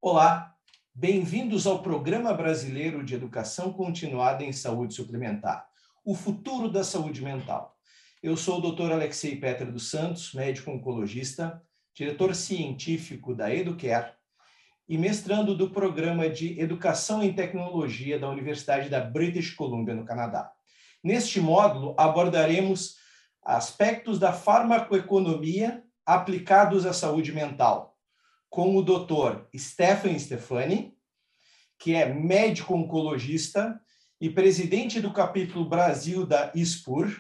Olá, bem-vindos ao Programa Brasileiro de Educação Continuada em Saúde Suplementar, o futuro da saúde mental. Eu sou o Dr. Alexei Petra dos Santos, médico oncologista, diretor científico da Educare e mestrando do Programa de Educação em Tecnologia da Universidade da British Columbia, no Canadá. Neste módulo, abordaremos aspectos da farmacoeconomia aplicados à saúde mental, com o Dr. Stefan Stefani, que é médico oncologista e presidente do capítulo Brasil da ISPUR,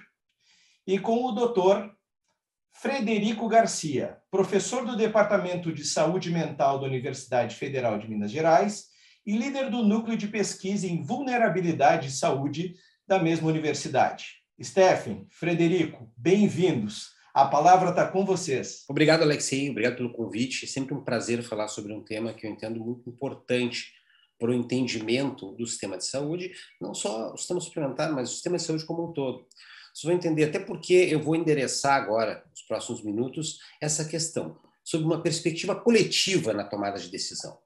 e com o Dr. Frederico Garcia, professor do Departamento de Saúde Mental da Universidade Federal de Minas Gerais e líder do Núcleo de Pesquisa em Vulnerabilidade e Saúde da mesma universidade. Stefan, Frederico, bem-vindos. A palavra está com vocês. Obrigado, Alexei. Obrigado pelo convite. É sempre um prazer falar sobre um tema que eu entendo muito importante para o entendimento do sistema de saúde, não só o sistema suplementar, mas o sistema de saúde como um todo. Vocês vão entender, até porque eu vou endereçar agora, nos próximos minutos, essa questão, sob uma perspectiva coletiva na tomada de decisão.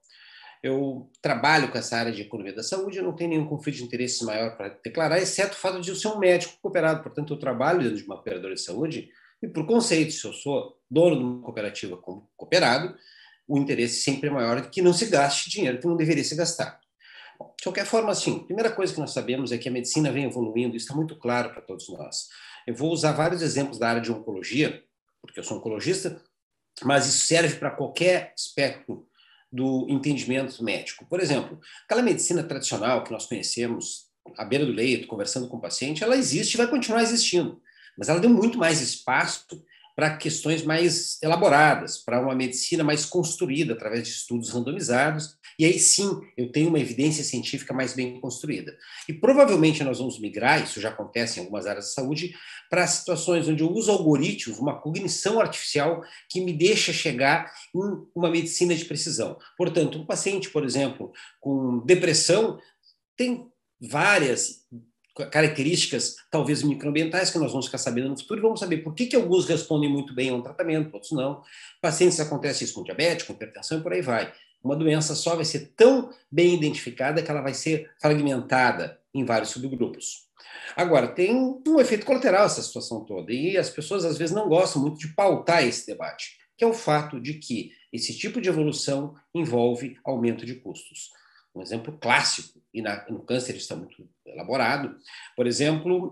Eu trabalho com essa área de economia da saúde, eu não tenho nenhum conflito de interesse maior para declarar, exceto o fato de eu ser um médico cooperado, portanto, eu trabalho dentro de uma operadora de saúde. E, por conceito, se eu sou dono de uma cooperativa como cooperado, o interesse sempre é maior de que não se gaste dinheiro que não deveria se gastar. Bom, de qualquer forma, assim, a primeira coisa que nós sabemos é que a medicina vem evoluindo, isso está muito claro para todos nós. Eu vou usar vários exemplos da área de oncologia, porque eu sou oncologista, mas isso serve para qualquer aspecto do entendimento médico. Por exemplo, aquela medicina tradicional que nós conhecemos, à beira do leito, conversando com o paciente, ela existe e vai continuar existindo. Mas ela deu muito mais espaço para questões mais elaboradas, para uma medicina mais construída através de estudos randomizados, e aí sim eu tenho uma evidência científica mais bem construída. E provavelmente nós vamos migrar, isso já acontece em algumas áreas da saúde, para situações onde eu uso algoritmos, uma cognição artificial que me deixa chegar em uma medicina de precisão. Portanto, um paciente, por exemplo, com depressão, tem várias características, talvez microambientais, que nós vamos ficar sabendo no futuro, e vamos saber por que alguns respondem muito bem a um tratamento, outros não. Pacientes, acontece isso com diabetes, com hipertensão e por aí vai. Uma doença só vai ser tão bem identificada que ela vai ser fragmentada em vários subgrupos. Agora, tem um efeito colateral essa situação toda, e as pessoas às vezes não gostam muito de pautar esse debate, que é o fato de que esse tipo de evolução envolve aumento de custos. Um exemplo clássico, e no câncer está muito elaborado, por exemplo,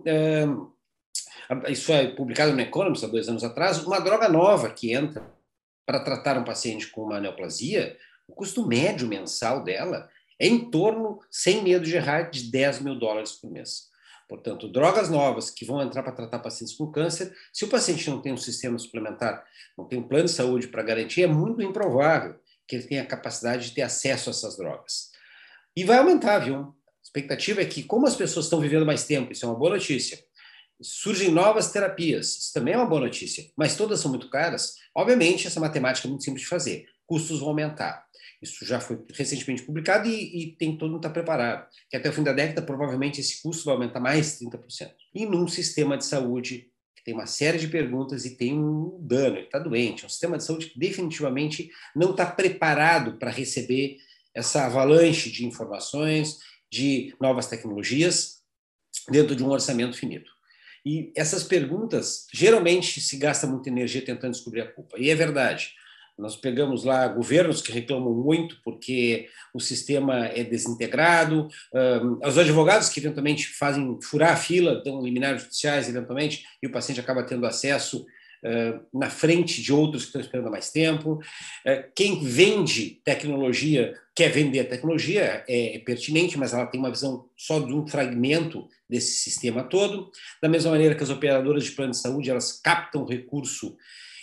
isso foi publicado no Economist há 2 anos atrás, uma droga nova que entra para tratar um paciente com uma neoplasia, o custo médio mensal dela é em torno, sem medo de errar, de $10 mil por mês. Portanto, drogas novas que vão entrar para tratar pacientes com câncer, se o paciente não tem um sistema suplementar, não tem um plano de saúde para garantir, é muito improvável que ele tenha a capacidade de ter acesso a essas drogas. E vai aumentar, viu? A expectativa é que, como as pessoas estão vivendo mais tempo, isso é uma boa notícia, surgem novas terapias, isso também é uma boa notícia, mas todas são muito caras. Obviamente, essa matemática é muito simples de fazer, custos vão aumentar. Isso já foi recentemente publicado e tem todo mundo está preparado, que até o fim da década, provavelmente, esse custo vai aumentar mais 30%. E num sistema de saúde que tem uma série de perguntas e tem um dano, ele está doente, é um sistema de saúde que definitivamente não está preparado para receber essa avalanche de informações, de novas tecnologias, dentro de um orçamento finito. E essas perguntas, geralmente se gasta muita energia tentando descobrir a culpa. E é verdade. Nós pegamos lá governos que reclamam muito porque o sistema é desintegrado, os advogados que eventualmente fazem furar a fila, dão liminares judiciais eventualmente, e o paciente acaba tendo acesso na frente de outros que estão esperando há mais tempo. Quem vende tecnologia quer vender a tecnologia, é pertinente, mas ela tem uma visão só de um fragmento desse sistema todo. Da mesma maneira que as operadoras de plano de saúde, elas captam recurso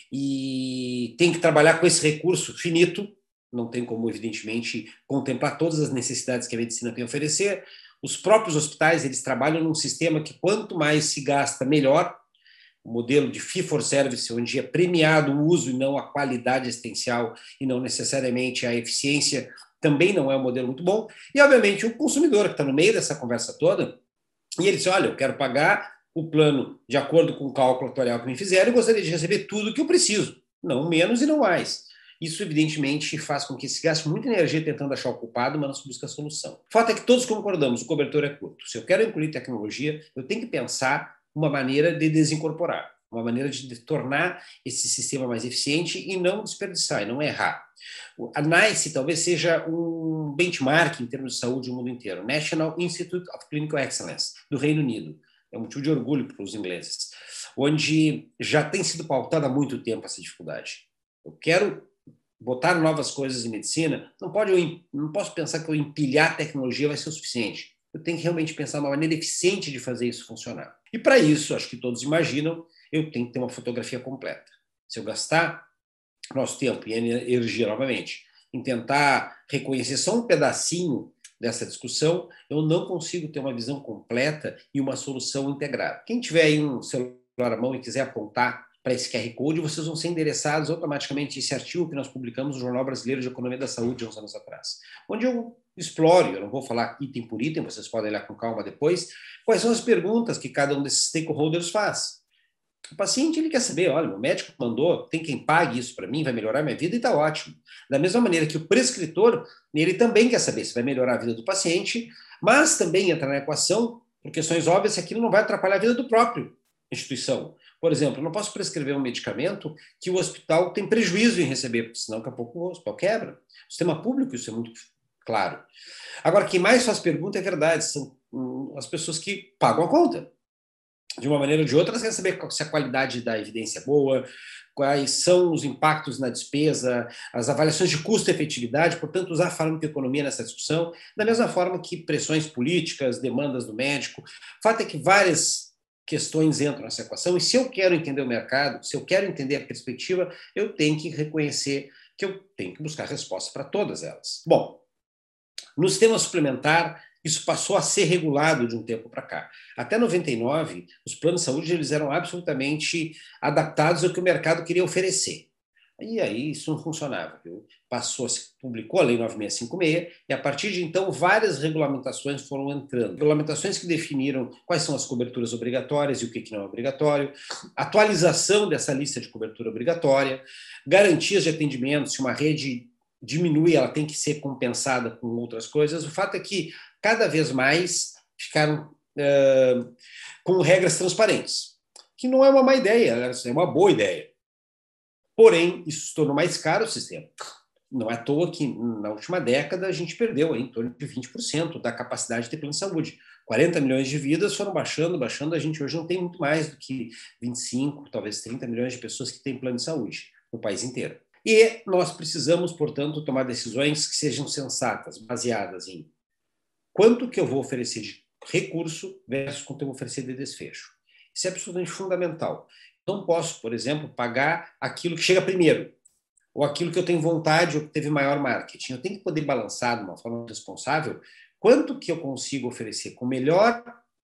e tem que trabalhar com esse recurso finito, não tem como, evidentemente, contemplar todas as necessidades que a medicina tem a oferecer. Os próprios hospitais, eles trabalham num sistema que quanto mais se gasta, melhor, o modelo de fee for service, onde é premiado o uso e não a qualidade assistencial e não necessariamente a eficiência, também não é um modelo muito bom. E, obviamente, o consumidor que está no meio dessa conversa toda, e ele diz, olha, eu quero pagar o plano de acordo com o cálculo atuarial que me fizeram e gostaria de receber tudo o que eu preciso, não menos e não mais. Isso, evidentemente, faz com que se gaste muita energia tentando achar o culpado, mas não se busca a solução. O fato é que todos concordamos, o cobertor é curto. Se eu quero incluir tecnologia, eu tenho que pensar uma maneira de desincorporar, uma maneira de tornar esse sistema mais eficiente e não desperdiçar, e não errar. A NICE talvez seja um benchmark em termos de saúde no mundo inteiro, National Institute of Clinical Excellence, do Reino Unido. É um motivo de orgulho para os ingleses, onde já tem sido pautada há muito tempo essa dificuldade. Eu quero botar novas coisas em medicina, não posso pensar que eu empilhar tecnologia vai ser o suficiente. Eu tenho que realmente pensar uma maneira eficiente de fazer isso funcionar. E para isso, acho que todos imaginam, eu tenho que ter uma fotografia completa. Se eu gastar nosso tempo e energia novamente em tentar reconhecer só um pedacinho dessa discussão, eu não consigo ter uma visão completa e uma solução integrada. Quem tiver aí um celular à mão e quiser apontar para esse QR Code, vocês vão ser endereçados automaticamente a esse artigo que nós publicamos no Jornal Brasileiro de Economia da Saúde há uns anos atrás, onde eu exploro, eu não vou falar item por item, vocês podem olhar com calma depois, quais são as perguntas que cada um desses stakeholders faz. O paciente, ele quer saber, olha, o médico mandou, tem quem pague isso para mim, vai melhorar minha vida e está ótimo. Da mesma maneira que o prescritor, ele também quer saber se vai melhorar a vida do paciente, mas também entra na equação, por questões óbvias, se aquilo não vai atrapalhar a vida do próprio instituição. Por exemplo, eu não posso prescrever um medicamento que o hospital tem prejuízo em receber, porque senão daqui a pouco o hospital quebra. O sistema público, isso é muito claro. Agora, quem mais faz pergunta é verdade, são as pessoas que pagam a conta. De uma maneira ou de outra, elas querem saber se a qualidade da evidência é boa, quais são os impactos na despesa, as avaliações de custo-efetividade, portanto, usar a farmacoeconomia nessa discussão, da mesma forma que pressões políticas, demandas do médico. O fato é que várias questões entram nessa equação, e se eu quero entender o mercado, se eu quero entender a perspectiva, eu tenho que reconhecer que eu tenho que buscar resposta para todas elas. Bom, no sistema suplementar, isso passou a ser regulado de um tempo para cá. Até 99, os planos de saúde eles eram absolutamente adaptados ao que o mercado queria oferecer. E aí isso não funcionava. Viu? Se publicou a Lei 9656 e a partir de então várias regulamentações foram entrando. Regulamentações que definiram quais são as coberturas obrigatórias e o que não é obrigatório, atualização dessa lista de cobertura obrigatória, garantias de atendimento, se uma rede diminui, ela tem que ser compensada com outras coisas. O fato é que cada vez mais ficaram com regras transparentes, que não é uma má ideia, é uma boa ideia. Porém, isso se tornou mais caro o sistema. Não é à toa que na última década a gente perdeu em torno de 20% da capacidade de ter plano de saúde. 40 milhões de vidas foram baixando, a gente hoje não tem muito mais do que 25, talvez 30 milhões de pessoas que têm plano de saúde no país inteiro. E nós precisamos, portanto, tomar decisões que sejam sensatas, baseadas em quanto que eu vou oferecer de recurso versus quanto eu vou oferecer de desfecho. Isso é absolutamente fundamental. Não posso, por exemplo, pagar aquilo que chega primeiro, ou aquilo que eu tenho vontade ou que teve maior marketing. Eu tenho que poder balançar de uma forma responsável quanto que eu consigo oferecer com melhor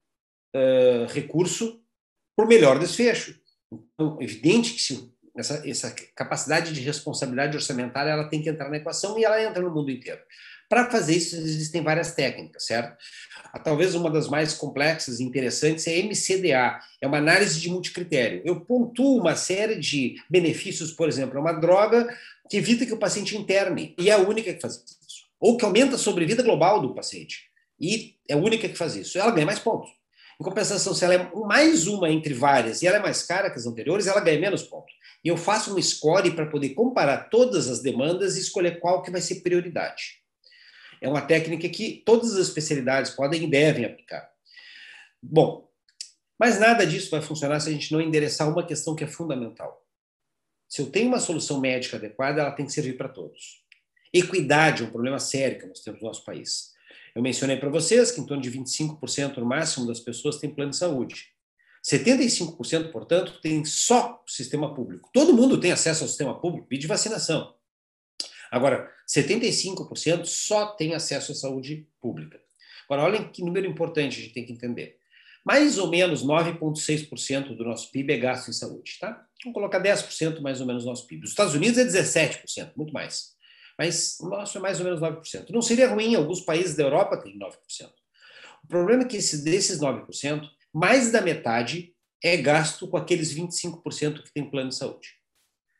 recurso por melhor desfecho. Então, é evidente que se essa capacidade de responsabilidade orçamentária ela tem que entrar na equação e ela entra no mundo inteiro. Para fazer isso, existem várias técnicas, certo? Talvez uma das mais complexas e interessantes é a MCDA, é uma análise de multicritério. Eu pontuo uma série de benefícios, por exemplo, é uma droga que evita que o paciente interne, e é a única que faz isso. Ou que aumenta a sobrevida global do paciente, e é a única que faz isso. Ela ganha mais pontos. Em compensação, se ela é mais uma entre várias e ela é mais cara que as anteriores, ela ganha menos pontos. E eu faço um score para poder comparar todas as demandas e escolher qual que vai ser prioridade. É uma técnica que todas as especialidades podem e devem aplicar. Bom, mas nada disso vai funcionar se a gente não endereçar uma questão que é fundamental. Se eu tenho uma solução médica adequada, ela tem que servir para todos. Equidade é um problema sério que nós temos no nosso país. Eu mencionei para vocês que em torno de 25% no máximo das pessoas têm plano de saúde. 75%, portanto, tem só o sistema público. Todo mundo tem acesso ao sistema público, de vacinação. Agora, 75% só tem acesso à saúde pública. Agora, olhem que número importante a gente tem que entender. Mais ou menos 9,6% do nosso PIB é gasto em saúde, tá? Vamos colocar 10% mais ou menos do nosso PIB. Os Estados Unidos é 17%, muito mais. Mas o nosso é mais ou menos 9%. Não seria ruim, alguns países da Europa têm 9%. O problema é que desses 9%, mais da metade é gasto com aqueles 25% que tem plano de saúde.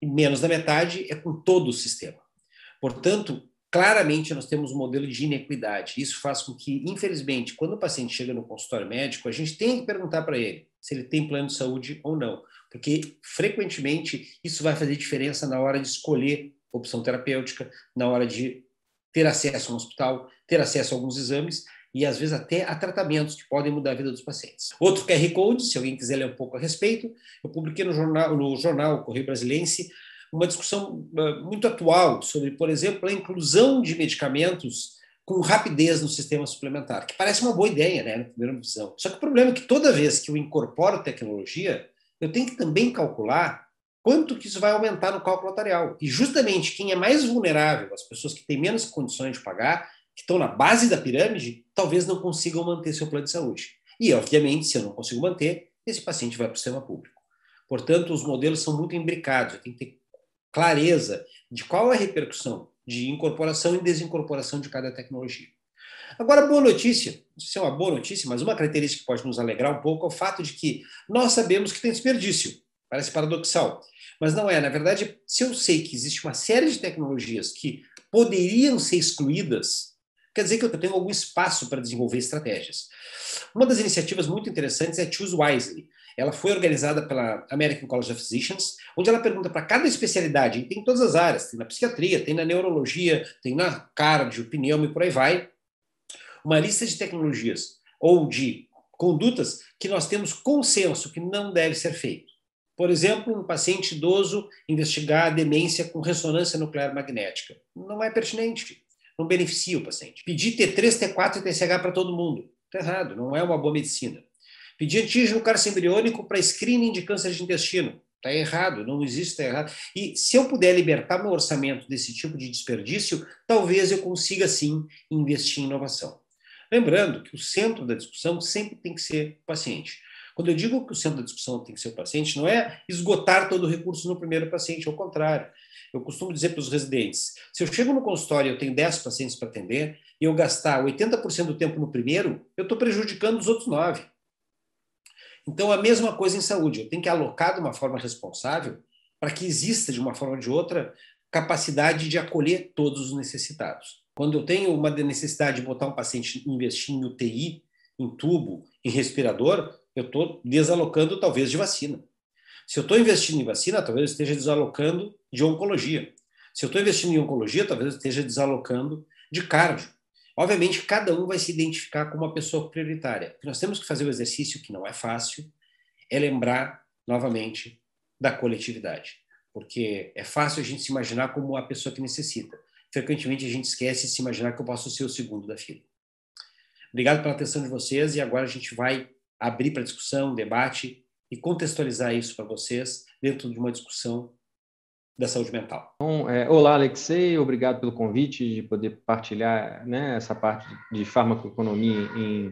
e menos da metade é com todo o sistema. Portanto, claramente nós temos um modelo de inequidade. Isso faz com que, infelizmente, quando o paciente chega no consultório médico, a gente tem que perguntar para ele se ele tem plano de saúde ou não, porque frequentemente isso vai fazer diferença na hora de escolher opção terapêutica, na hora de ter acesso a um hospital, ter acesso a alguns exames e, às vezes, até a tratamentos que podem mudar a vida dos pacientes. Outro QR Code, se alguém quiser ler um pouco a respeito, eu publiquei no jornal Correio Brasiliense uma discussão muito atual sobre, por exemplo, a inclusão de medicamentos com rapidez no sistema suplementar, que parece uma boa ideia, né, na primeira visão. Só que o problema é que toda vez que eu incorporo tecnologia, eu tenho que também calcular quanto que isso vai aumentar no cálculo notarial. E justamente quem é mais vulnerável, as pessoas que têm menos condições de pagar, que estão na base da pirâmide, talvez não consigam manter seu plano de saúde. E, obviamente, se eu não consigo manter, esse paciente vai para o sistema público. Portanto, os modelos são muito imbricados, eu tenho que ter clareza de qual é a repercussão de incorporação e desincorporação de cada tecnologia. Agora, boa notícia, não sei se é uma boa notícia, mas uma característica que pode nos alegrar um pouco é o fato de que nós sabemos que tem desperdício. Parece paradoxal, mas não é. Na verdade, se eu sei que existe uma série de tecnologias que poderiam ser excluídas, quer dizer que eu tenho algum espaço para desenvolver estratégias. Uma das iniciativas muito interessantes é Choose Wisely. Ela foi organizada pela American College of Physicians, onde ela pergunta para cada especialidade, e tem em todas as áreas, tem na psiquiatria, tem na neurologia, tem na cardio, pneumo e por aí vai, uma lista de tecnologias ou de condutas que nós temos consenso que não deve ser feito. Por exemplo, um paciente idoso investigar a demência com ressonância nuclear magnética. Não é pertinente, não beneficia o paciente. Pedir T3, T4 e TSH para todo mundo. Está errado, não é uma boa medicina. Pedir antígeno carcembriônico para screening de câncer de intestino. Está errado, não existe, está errado. E se eu puder libertar meu orçamento desse tipo de desperdício, talvez eu consiga, sim, investir em inovação. Lembrando que o centro da discussão sempre tem que ser o paciente. Quando eu digo que o centro da discussão tem que ser o paciente, não é esgotar todo o recurso no primeiro paciente, ao contrário. Eu costumo dizer para os residentes, se eu chego no consultório e eu tenho 10 pacientes para atender, e eu gastar 80% do tempo no primeiro, eu estou prejudicando os outros 9. Então, a mesma coisa em saúde. Eu tenho que alocar de uma forma responsável para que exista, de uma forma ou de outra, capacidade de acolher todos os necessitados. Quando eu tenho uma necessidade de botar um paciente investir em UTI, em tubo, em respirador, eu estou desalocando talvez de vacina. Se eu estou investindo em vacina, talvez eu esteja desalocando de oncologia. Se eu estou investindo em oncologia, talvez eu esteja desalocando de cardio. Obviamente, cada um vai se identificar como uma pessoa prioritária. O que nós temos que fazer o exercício, que não é fácil, é lembrar, novamente, da coletividade. Porque é fácil a gente se imaginar como a pessoa que necessita. Frequentemente, a gente esquece de se imaginar que eu posso ser o segundo da fila. Obrigado pela atenção de vocês e agora a gente vai abrir para discussão, debate e contextualizar isso para vocês dentro de uma discussão da saúde mental. Bom, olá, Alexei, obrigado pelo convite de poder partilhar, né, essa parte de farmacoeconomia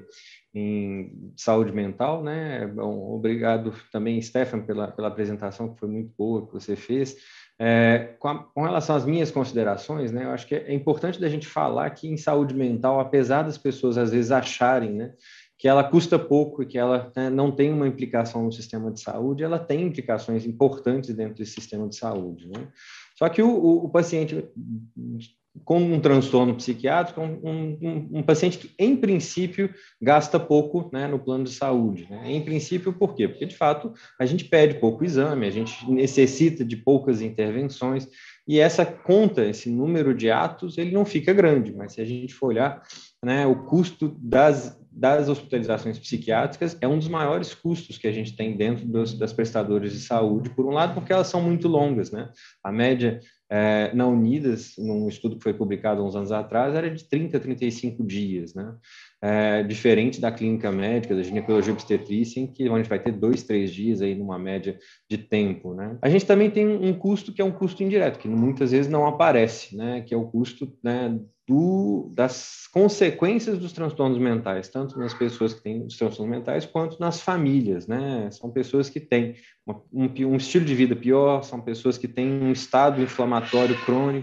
em saúde mental, né? Bom, obrigado também, Stefan, pela apresentação, que foi muito boa, que você fez. Com relação às minhas considerações, né, eu acho que é importante da gente falar que em saúde mental, apesar das pessoas às vezes acharem, né, que ela custa pouco e que ela, né, não tem uma implicação no sistema de saúde, ela tem implicações importantes dentro desse sistema de saúde, né? Só que o paciente com um transtorno psiquiátrico é um paciente que, em princípio, gasta pouco, né, no plano de saúde, né? Em princípio, por quê? Porque, de fato, a gente pede pouco exame, a gente necessita de poucas intervenções, e essa conta, esse número de atos, ele não fica grande, mas se a gente for olhar, né, o custo das hospitalizações psiquiátricas é um dos maiores custos que a gente tem dentro das prestadoras de saúde, por um lado, porque elas são muito longas, né? A média na Unidas, num estudo que foi publicado há uns anos atrás, era de 30 a 35 dias, né? Diferente da clínica médica, da ginecologia obstetrícia, em que onde vai ter 2, 3 dias aí numa média de tempo, né? A gente também tem um custo que é um custo indireto, que muitas vezes não aparece, né? Que é o custo, né, das consequências dos transtornos mentais, tanto nas pessoas que têm os transtornos mentais, quanto nas famílias, né? São pessoas que têm um estilo de vida pior, são pessoas que têm um estado inflamatório crônico,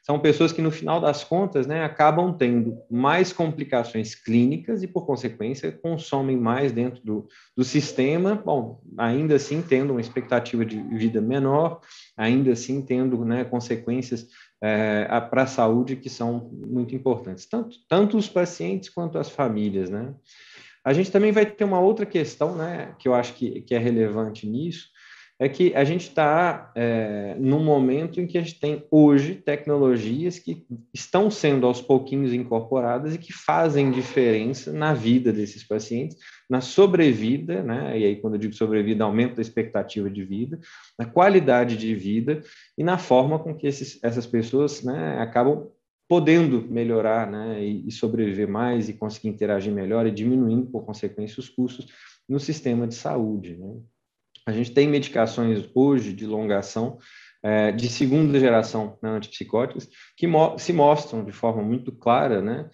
são pessoas que, no final das contas, né, acabam tendo mais complicações clínicas e, por consequência, consomem mais dentro do sistema, bom, ainda assim tendo uma expectativa de vida menor, ainda assim tendo, né, consequências para a saúde que são muito importantes, tanto os pacientes quanto as famílias, né? A gente também vai ter uma outra questão, né, que eu acho que é relevante nisso, é que a gente está num momento em que a gente tem hoje tecnologias que estão sendo aos pouquinhos incorporadas e que fazem diferença na vida desses pacientes, na sobrevida, né? E aí quando eu digo sobrevida, aumento da expectativa de vida, na qualidade de vida e na forma com que essas pessoas, né, acabam podendo melhorar, né, e sobreviver mais e conseguir interagir melhor e diminuindo, por consequência, os custos no sistema de saúde, né? A gente tem medicações hoje de longa ação, de segunda geração, né, antipsicóticas, que se mostram de forma muito clara, né,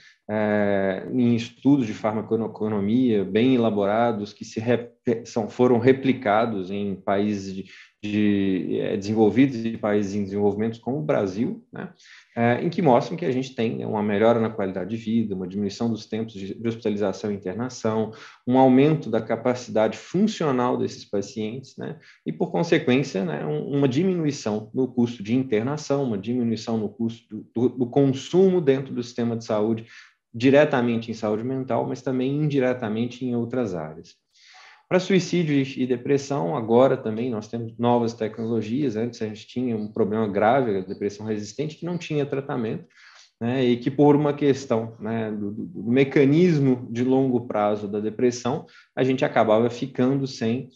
em estudos de farmacoeconomia bem elaborados, que foram replicados em países desenvolvidos e países em desenvolvimento, como o Brasil, né, em que mostram que a gente tem uma melhora na qualidade de vida, uma diminuição dos tempos de hospitalização e internação, um aumento da capacidade funcional desses pacientes, né, e, por consequência, né, uma diminuição no custo de internação, uma diminuição no custo do consumo dentro do sistema de saúde, diretamente em saúde mental, mas também indiretamente em outras áreas. Para suicídio e depressão, agora também nós temos novas tecnologias. Antes a gente tinha um problema grave, a depressão resistente, que não tinha tratamento, né, e que por uma questão, né, do mecanismo de longo prazo da depressão, a gente acabava ficando sem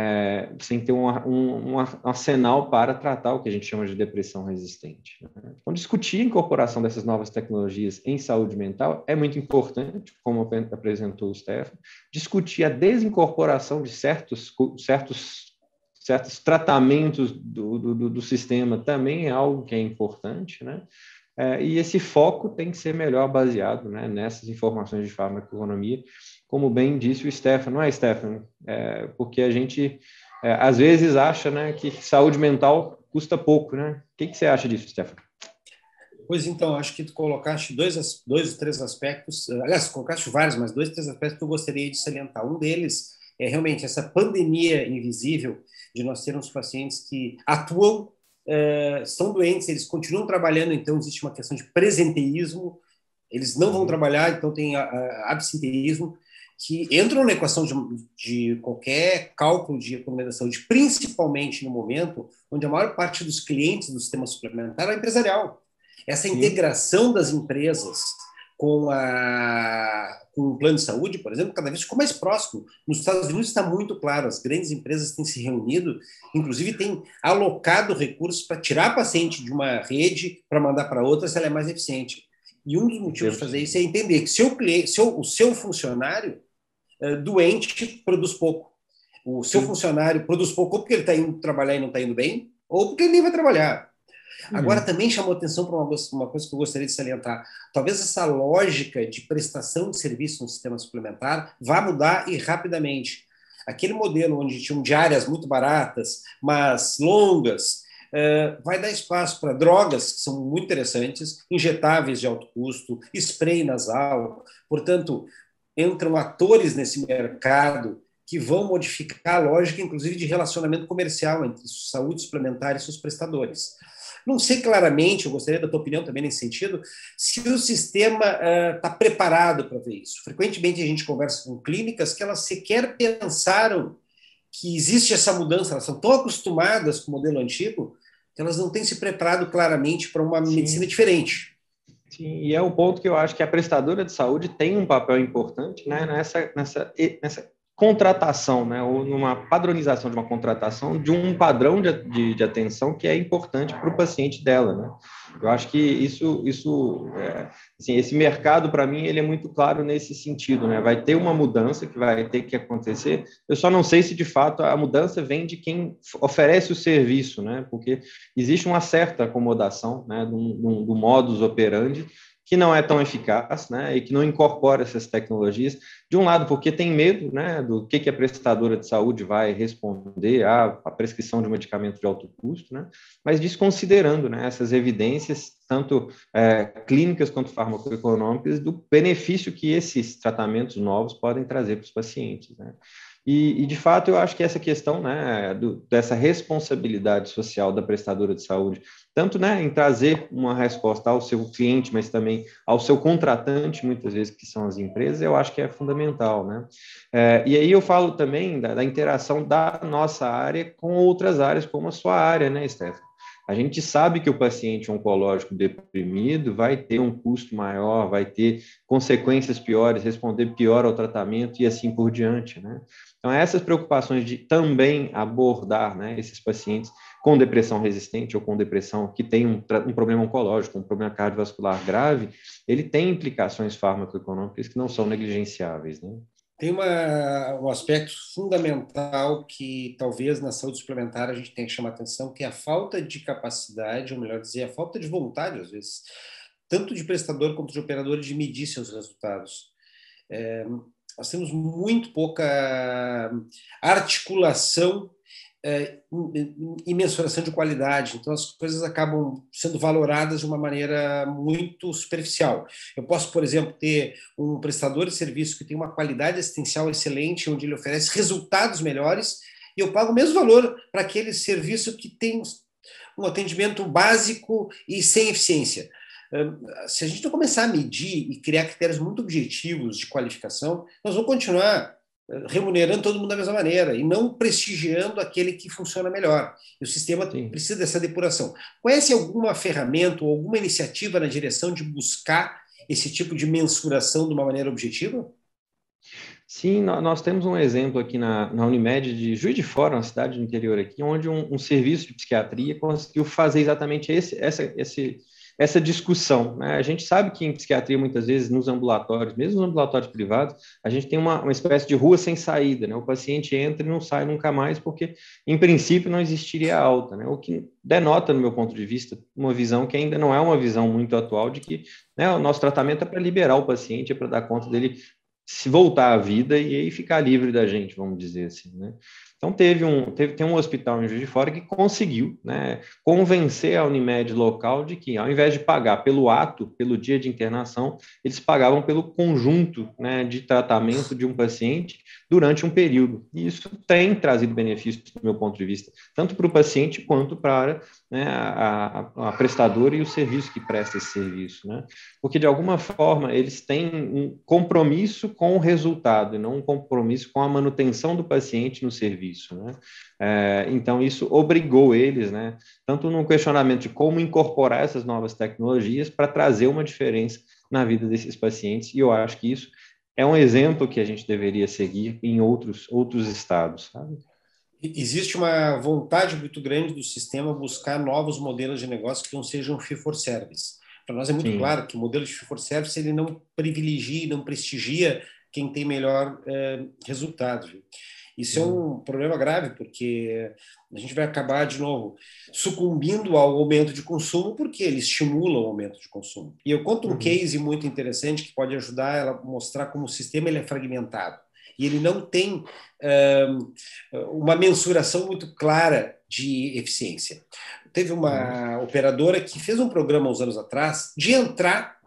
ter um arsenal para tratar o que a gente chama de depressão resistente, né? Então, discutir a incorporação dessas novas tecnologias em saúde mental é muito importante, como apresentou o Stefano, discutir a desincorporação de certos tratamentos do sistema também é algo que é importante, né? E esse foco tem que ser melhor baseado, né, nessas informações de farmacoeconomia, como bem disse o Stefano, não é, Stefano? Porque a gente, às vezes, acha, né, que saúde mental custa pouco, né? O que você acha disso, Stefano? Pois então, acho que tu colocaste dois ou três aspectos, aliás, colocaste vários, mas 2, 3 aspectos que eu gostaria de salientar. Um deles é realmente essa pandemia invisível de nós termos pacientes que atuam, são doentes, eles continuam trabalhando, então existe uma questão de presenteísmo, eles não vão trabalhar, então tem absenteísmo, que entram na equação de qualquer cálculo de economia da saúde, principalmente no momento onde a maior parte dos clientes do sistema suplementar é empresarial. Essa integração das empresas com o plano de saúde, por exemplo, cada vez ficou mais próximo. Nos Estados Unidos está muito claro, as grandes empresas têm se reunido, inclusive têm alocado recursos para tirar paciente de uma rede para mandar para outra se ela é mais eficiente. E um dos motivos de fazer isso é entender que o seu funcionário doente produz pouco. O seu funcionário produz pouco ou porque ele está indo trabalhar e não está indo bem, ou porque ele nem vai trabalhar. Agora, também chamou atenção para uma coisa que eu gostaria de salientar. Talvez essa lógica de prestação de serviço no sistema suplementar vá mudar e rapidamente. Aquele modelo onde tinham diárias muito baratas, mas longas, vai dar espaço para drogas que são muito interessantes, injetáveis de alto custo, spray nasal. Portanto, entram atores nesse mercado que vão modificar a lógica, inclusive, de relacionamento comercial entre saúde suplementar e seus prestadores. Não sei claramente, eu gostaria da tua opinião também nesse sentido, se o sistema está preparado para ver isso. Frequentemente a gente conversa com clínicas que elas sequer pensaram que existe essa mudança, elas são tão acostumadas com o modelo antigo que elas não têm se preparado claramente para uma medicina diferente. Sim, e é o ponto que eu acho que a prestadora de saúde tem um papel importante, né, nessa contratação, né, ou numa padronização de uma contratação de um padrão de atenção que é importante para o paciente dela, né? Eu acho que assim, esse mercado, para mim, ele é muito claro nesse sentido, né? Vai ter uma mudança que vai ter que acontecer. Eu só não sei se, de fato, a mudança vem de quem oferece o serviço, né? Porque existe uma certa acomodação, né, do modus operandi, que não é tão eficaz, né, e que não incorpora essas tecnologias, de um lado porque tem medo, né, do que a prestadora de saúde vai responder à prescrição de um medicamento de alto custo, né, mas desconsiderando, né, essas evidências evidências, tanto clínicas quanto farmacoeconômicas, do benefício que esses tratamentos novos podem trazer para os pacientes, né? E, de fato, eu acho que essa questão, né, dessa responsabilidade social da prestadora de saúde, tanto, né, em trazer uma resposta ao seu cliente, mas também ao seu contratante, muitas vezes, que são as empresas, eu acho que é fundamental, né? E aí eu falo também da interação da nossa área com outras áreas, como a sua área, né, Stefano? A gente sabe que o paciente oncológico deprimido vai ter um custo maior, vai ter consequências piores, responder pior ao tratamento e assim por diante, né? Então, essas preocupações de também abordar, né, esses pacientes com depressão resistente ou com depressão que tem um problema oncológico, um problema cardiovascular grave, ele tem implicações farmacoeconômicas que não são negligenciáveis, né? Tem um aspecto fundamental que talvez na saúde suplementar a gente tenha que chamar atenção, que é a falta de capacidade, ou melhor dizer, a falta de vontade, às vezes, tanto de prestador quanto de operador, de medir seus resultados. Nós temos muito pouca articulação e mensuração de qualidade, então as coisas acabam sendo valoradas de uma maneira muito superficial. Eu posso, por exemplo, ter um prestador de serviço que tem uma qualidade assistencial excelente, onde ele oferece resultados melhores, e eu pago o mesmo valor para aquele serviço que tem um atendimento básico e sem eficiência. Se a gente não começar a medir e criar critérios muito objetivos de qualificação, nós vamos continuar remunerando todo mundo da mesma maneira e não prestigiando aquele que funciona melhor. E o sistema precisa dessa depuração. Conhece alguma ferramenta ou alguma iniciativa na direção de buscar esse tipo de mensuração de uma maneira objetiva? Sim, nós temos um exemplo aqui na Unimed de Juiz de Fora, uma cidade do interior aqui, onde um serviço de psiquiatria conseguiu fazer exatamente essa discussão, né? A gente sabe que em psiquiatria, muitas vezes, nos ambulatórios, mesmo nos ambulatórios privados, a gente tem uma espécie de rua sem saída, né? O paciente entra e não sai nunca mais, porque, em princípio, não existiria alta, né? O que denota, no meu ponto de vista, uma visão que ainda não é uma visão muito atual de que, né, o nosso tratamento é para liberar o paciente, é para dar conta dele se voltar à vida e aí ficar livre da gente, vamos dizer assim, né? Então, tem um hospital em Juiz de Fora que conseguiu, né, convencer a Unimed local de que, ao invés de pagar pelo ato, pelo dia de internação, eles pagavam pelo conjunto, né, de tratamento de um paciente durante um período. E isso tem trazido benefícios, do meu ponto de vista, tanto para o paciente quanto para, né, a prestadora e o serviço que presta esse serviço, né? Porque, de alguma forma, eles têm um compromisso com o resultado e não um compromisso com a manutenção do paciente no serviço. Né? Então, isso obrigou eles, né, tanto no questionamento de como incorporar essas novas tecnologias para trazer uma diferença na vida desses pacientes, e eu acho que isso é um exemplo que a gente deveria seguir em outros estados, sabe? Existe uma vontade muito grande do sistema buscar novos modelos de negócio que não sejam fee for service. Para nós é muito claro que o modelo de fee for service ele não privilegia, não prestigia quem tem melhor resultado. Isso é um problema grave, porque a gente vai acabar, de novo, sucumbindo ao aumento de consumo, porque ele estimula o aumento de consumo. E eu conto um case muito interessante que pode ajudar ela a mostrar como o sistema ele é fragmentado. E ele não tem uma mensuração muito clara de eficiência. Teve uma operadora que fez um programa uns anos atrás de entrar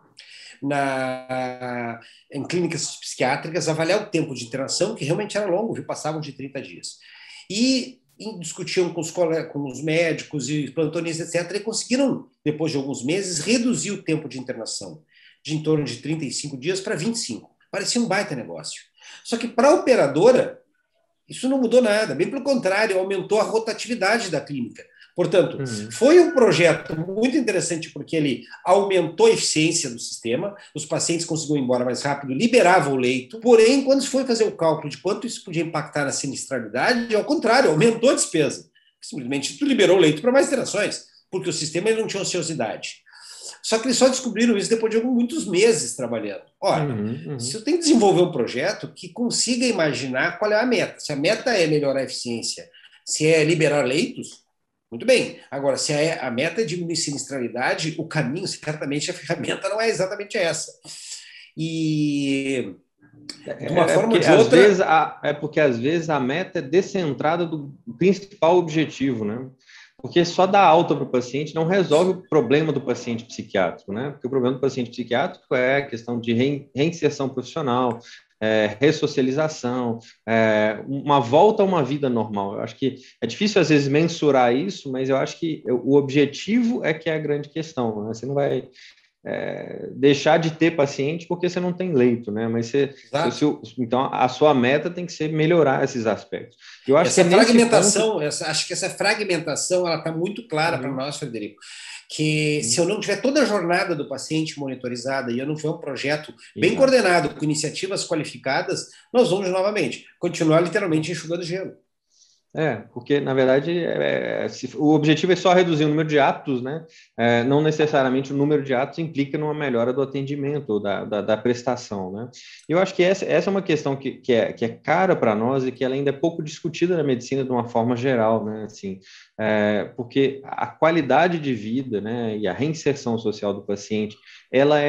em clínicas psiquiátricas, avaliar o tempo de internação, que realmente era longo, viu? Passavam de 30 dias. E discutiam com os médicos e plantonistas, etc., e conseguiram, depois de alguns meses, reduzir o tempo de internação de em torno de 35 dias para 25. Parecia um baita negócio. Só que para a operadora, isso não mudou nada, bem pelo contrário, aumentou a rotatividade da clínica. Portanto, foi um projeto muito interessante porque ele aumentou a eficiência do sistema, os pacientes conseguiam ir embora mais rápido, liberava o leito, porém, quando se foi fazer o cálculo de quanto isso podia impactar na sinistralidade, ao contrário, aumentou a despesa. Simplesmente tu liberou o leito para mais interações, porque o sistema ele não tinha ociosidade. Só que eles só descobriram isso depois de muitos meses trabalhando. Ora, se eu tenho que desenvolver um projeto que consiga imaginar qual é a meta, se a meta é melhorar a eficiência, se é liberar leitos, muito bem. Agora, se a meta é diminuir sinistralidade, o caminho, certamente, a ferramenta não é exatamente essa. E, de uma forma ou de outra... Porque, às vezes, a meta é descentrada do principal objetivo, né? Porque só dar alta para o paciente não resolve o problema do paciente psiquiátrico, né? Porque o problema do paciente psiquiátrico é a questão de reinserção profissional, ressocialização, uma volta a uma vida normal. Eu acho que é difícil, às vezes, mensurar isso, mas eu acho que o objetivo é que é a grande questão, né? Você não vai deixar de ter paciente porque você não tem leito, né? Mas então a sua meta tem que ser melhorar esses aspectos. Eu acho essa que fragmentação, acho que essa fragmentação ela está muito clara para nós, Frederico, que se eu não tiver toda a jornada do paciente monitorizada e eu não tiver um projeto bem coordenado, com iniciativas qualificadas, nós vamos novamente continuar literalmente enxugando gelo. Porque, na verdade, o objetivo é só reduzir o número de atos, né? Não necessariamente o número de atos implica numa melhora do atendimento ou da prestação, né? Eu acho que essa é uma questão que é cara para nós e que ela ainda é pouco discutida na medicina de uma forma geral, né? Assim, porque a qualidade de vida, né, e a reinserção social do paciente, ela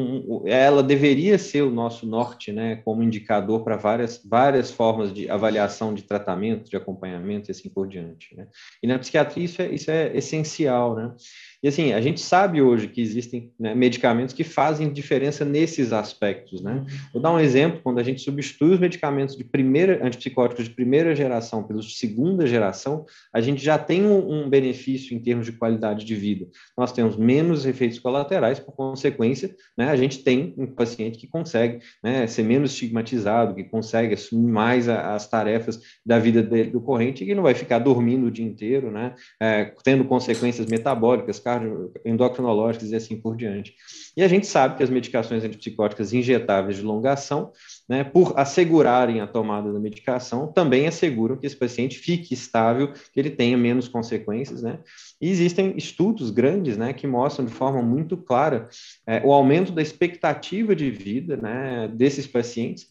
ela deveria ser o nosso norte, né, como indicador para várias formas de avaliação de tratamento, de acompanhamento e assim por diante, né? E na psiquiatria isso é essencial, né? E assim, a gente sabe hoje que existem, né, medicamentos que fazem diferença nesses aspectos, né? Vou dar um exemplo: quando a gente substitui os medicamentos antipsicóticos de primeira geração pelos de segunda geração, a gente já tem um benefício em termos de qualidade de vida. Nós temos menos efeitos colaterais, por consequência, né, a gente tem um paciente que consegue, né, ser menos estigmatizado, que consegue assumir mais as tarefas da vida do corrente e que não vai ficar dormindo o dia inteiro, né, tendo consequências metabólicas, endocrinológicas e assim por diante. E a gente sabe que as medicações antipsicóticas injetáveis de longa ação, né, por assegurarem a tomada da medicação, também asseguram que esse paciente fique estável, que ele tenha menos consequências, né? E existem estudos grandes, né, que mostram de forma muito clara o aumento da expectativa de vida, né, desses pacientes,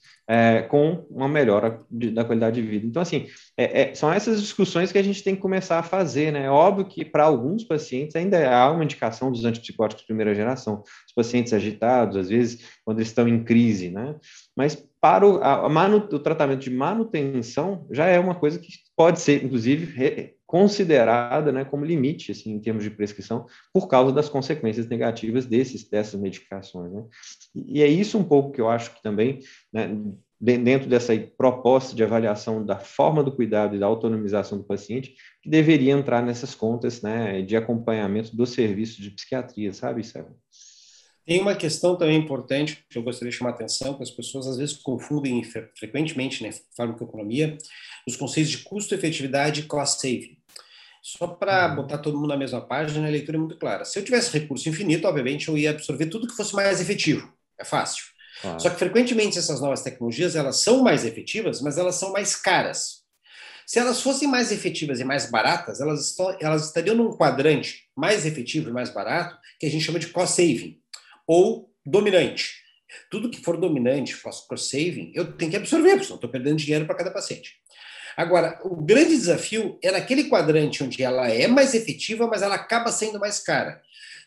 com uma melhora da qualidade de vida. Então, assim, são essas discussões que a gente tem que começar a fazer, né? É óbvio que para alguns pacientes ainda há uma indicação dos antipsicóticos de primeira geração, os pacientes agitados, às vezes, quando eles estão em crise, né? Mas para o tratamento de manutenção já é uma coisa que pode ser, inclusive, considerada, né, como limite, assim, em termos de prescrição, por causa das consequências negativas dessas medicações, né? E é isso um pouco que eu acho que também, né, dentro dessa proposta de avaliação da forma do cuidado e da autonomização do paciente, que deveria entrar nessas contas, né, de acompanhamento do serviço de psiquiatria, sabe, Sérgio? Tem uma questão também importante que eu gostaria de chamar a atenção, que as pessoas às vezes confundem frequentemente, né, farmacoeconomia, os conceitos de custo-efetividade e cost-saving. Só para botar todo mundo na mesma página, a leitura é muito clara. Se eu tivesse recurso infinito, obviamente, eu ia absorver tudo que fosse mais efetivo. É fácil. Claro. Só que, frequentemente, essas novas tecnologias, elas são mais efetivas, mas elas são mais caras. Se elas fossem mais efetivas e mais baratas, elas estariam num quadrante mais efetivo e mais barato, que a gente chama de cost-saving, ou dominante. Tudo que for dominante, cost-saving, eu tenho que absorver, porque senão estou perdendo dinheiro para cada paciente. Agora, o grande desafio é naquele quadrante onde ela é mais efetiva, mas ela acaba sendo mais cara.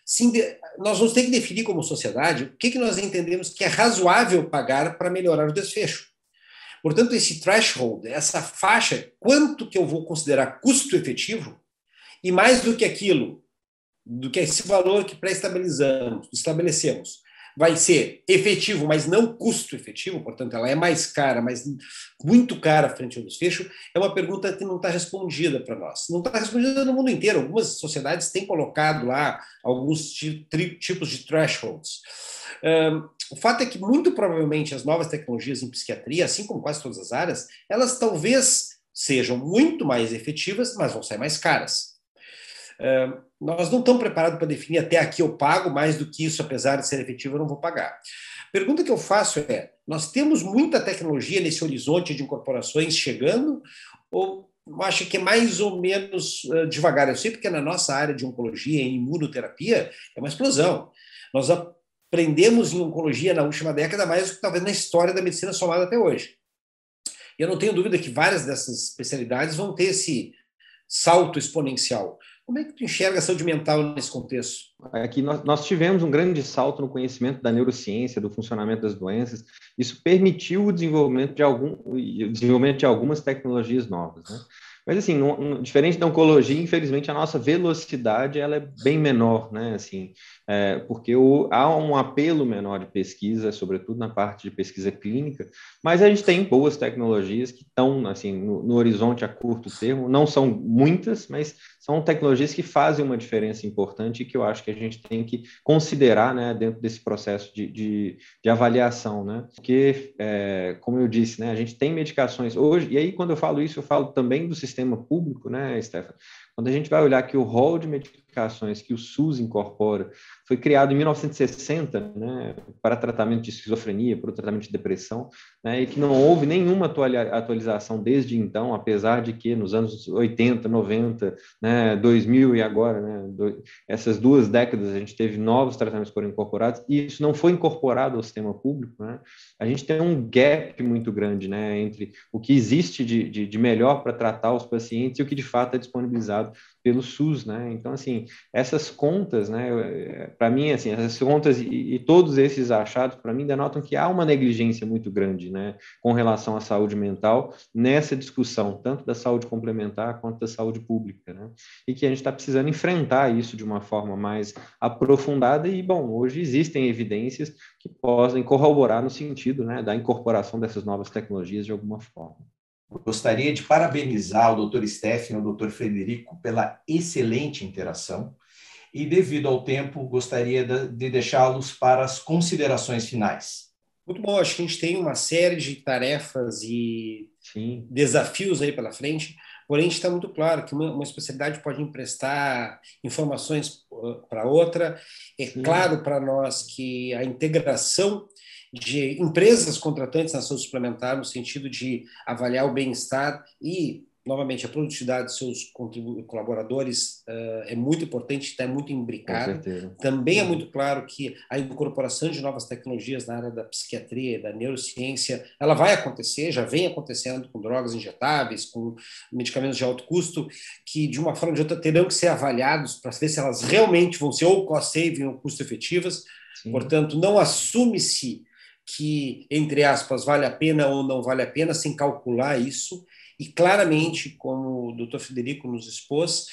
Nós vamos ter que definir como sociedade o que nós entendemos que é razoável pagar para melhorar o desfecho. Portanto, esse threshold, essa faixa, quanto que eu vou considerar custo efetivo, e mais do que aquilo, do que esse valor que estabelecemos, vai ser efetivo, mas não custo efetivo, portanto, ela é mais cara, mas muito cara frente ao desfecho, é uma pergunta que não está respondida para nós. Não está respondida no mundo inteiro. Algumas sociedades têm colocado lá alguns tipos de thresholds. O fato é que, muito provavelmente, as novas tecnologias em psiquiatria, assim como quase todas as áreas, elas talvez sejam muito mais efetivas, mas vão ser mais caras. Nós não estamos preparados para definir até aqui eu pago, mais do que isso, apesar de ser efetivo, eu não vou pagar. A pergunta que eu faço é, nós temos muita tecnologia nesse horizonte de incorporações chegando, ou acho que é mais ou menos devagar? Eu sei porque na nossa área de oncologia e imunoterapia é uma explosão. Nós aprendemos em oncologia na última década mais do que talvez na história da medicina somada até hoje. E eu não tenho dúvida que várias dessas especialidades vão ter esse salto exponencial. Como é que tu enxerga a saúde mental nesse contexto? Aqui nós tivemos um grande salto no conhecimento da neurociência, do funcionamento das doenças. Isso permitiu o desenvolvimento de algumas tecnologias novas, né? Mas, assim, diferente da oncologia, infelizmente, a nossa velocidade ela é bem menor, né? Assim, porque há um apelo menor de pesquisa, sobretudo na parte de pesquisa clínica, mas a gente tem boas tecnologias que estão, assim, no horizonte a curto termo. Não são muitas, mas são tecnologias que fazem uma diferença importante e que eu acho que a gente tem que considerar, né, dentro desse processo de avaliação, né? Porque, como eu disse, né, a gente tem medicações hoje, e aí quando eu falo isso, eu falo também do sistema público, né, Stefan? Quando a gente vai olhar que o rol de medicações que o SUS incorpora foi criado em 1960, né, para tratamento de esquizofrenia, para o tratamento de depressão, né, e que não houve nenhuma atualização desde então, apesar de que nos anos 80, 90, né, 2000 e agora, né, essas 2 décadas a gente teve novos tratamentos que foram incorporados, e isso não foi incorporado ao sistema público, né? A gente tem um gap muito grande, né, entre o que existe de melhor para tratar os pacientes e o que de fato é disponibilizado pelo SUS, né? Então, assim, essas contas, né, para mim, assim, essas contas e todos esses achados, para mim, denotam que há uma negligência muito grande, né, com relação à saúde mental nessa discussão, tanto da saúde complementar quanto da saúde pública, né? E que a gente está precisando enfrentar isso de uma forma mais aprofundada e, bom, hoje existem evidências que podem corroborar no sentido, né, da incorporação dessas novas tecnologias de alguma forma. Gostaria de parabenizar o Dr. Stefan e o Dr. Frederico pela excelente interação e, devido ao tempo, gostaria de deixá-los para as considerações finais. Muito bom, acho que a gente tem uma série de tarefas e Sim. desafios aí pela frente, porém está muito claro que uma especialidade pode emprestar informações para outra. É Sim. Claro para nós que a integração de empresas contratantes na saúde suplementar, no sentido de avaliar o bem-estar e, novamente, a produtividade dos seus colaboradores é muito importante, está muito imbricado. Com certeza. Também é muito claro que a incorporação de novas tecnologias na área da psiquiatria, da neurociência, ela vai acontecer, já vem acontecendo com drogas injetáveis, com medicamentos de alto custo, que de uma forma ou de outra terão que ser avaliados para ver se elas realmente vão ser ou cost-saving ou custo-efetivas. Portanto, não assume-se que, entre aspas, vale a pena ou não vale a pena, sem calcular isso. E claramente, como o Dr. Frederico nos expôs,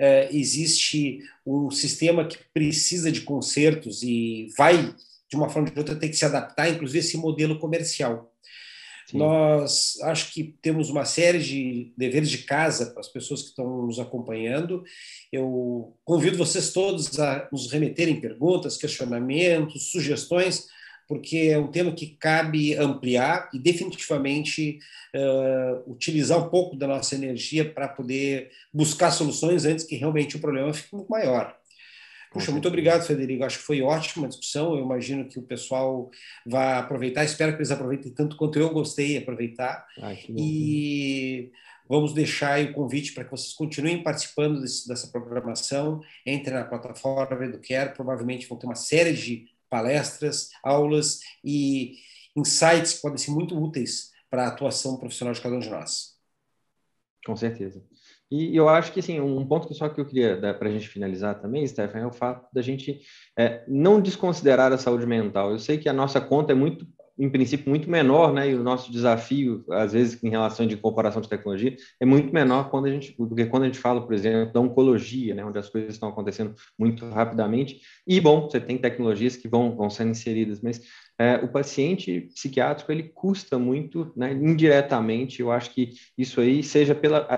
existe um sistema que precisa de consertos e vai, de uma forma ou de outra, ter que se adaptar, inclusive, a esse modelo comercial. Sim. Nós acho que temos uma série de deveres de casa para as pessoas que estão nos acompanhando. Eu convido vocês todos a nos remeterem perguntas, questionamentos, sugestões, porque é um tema que cabe ampliar e definitivamente utilizar um pouco da nossa energia para poder buscar soluções antes que realmente o problema fique muito maior. Puxa, muito obrigado, Frederico. Acho que foi ótima a discussão. Eu imagino que o pessoal vai aproveitar. Espero que eles aproveitem tanto quanto eu gostei de aproveitar. E vamos deixar aí o convite para que vocês continuem participando dessa programação. Entrem na plataforma Educare. Provavelmente vão ter uma série de palestras, aulas e insights que podem ser muito úteis para a atuação profissional de cada um de nós. Com certeza. E eu acho que, assim, um ponto só que eu queria dar para a gente finalizar também, Stefan, é o fato da gente não desconsiderar a saúde mental. Eu sei que a nossa conta é muito, em princípio, muito menor, né? E o nosso desafio, às vezes, em relação de incorporação de tecnologia, é muito menor do que quando a gente fala, por exemplo, da oncologia, né? Onde as coisas estão acontecendo muito rapidamente. E, bom, você tem tecnologias que vão sendo inseridas, mas o paciente psiquiátrico, ele custa muito, né, indiretamente. Eu acho que isso aí seja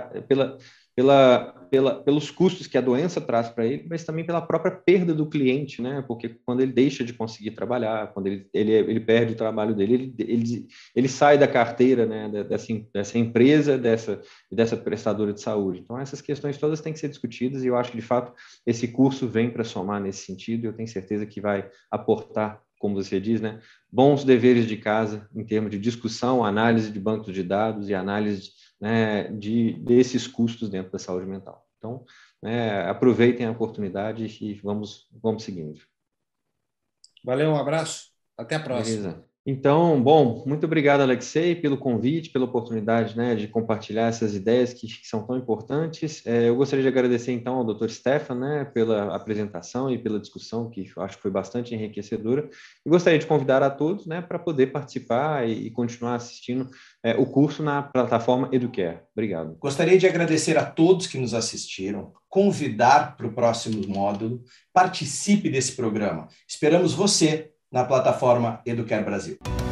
pelos custos que a doença traz para ele, mas também pela própria perda do cliente, né? Porque quando ele deixa de conseguir trabalhar, quando ele perde o trabalho dele, ele sai da carteira, né, dessa empresa, dessa prestadora de saúde. Então, essas questões todas têm que ser discutidas e eu acho que, de fato, esse curso vem para somar nesse sentido e eu tenho certeza que vai aportar, como você diz, né, bons deveres de casa em termos de discussão, análise de bancos de dados e análise, né, desses custos dentro da saúde mental. Então, aproveitem a oportunidade e vamos seguindo. Valeu, um abraço. Até a próxima. Beleza. Então, bom, muito obrigado, Alexei, pelo convite, pela oportunidade, né, de compartilhar essas ideias que são tão importantes. Eu gostaria de agradecer, então, ao Dr. Stefan, né, pela apresentação e pela discussão, que eu acho que foi bastante enriquecedora. E gostaria de convidar a todos, né, para poder participar e continuar assistindo o curso na plataforma Educare. Obrigado. Gostaria de agradecer a todos que nos assistiram, convidar para o próximo módulo, participe desse programa. Esperamos você na plataforma Educare Brasil.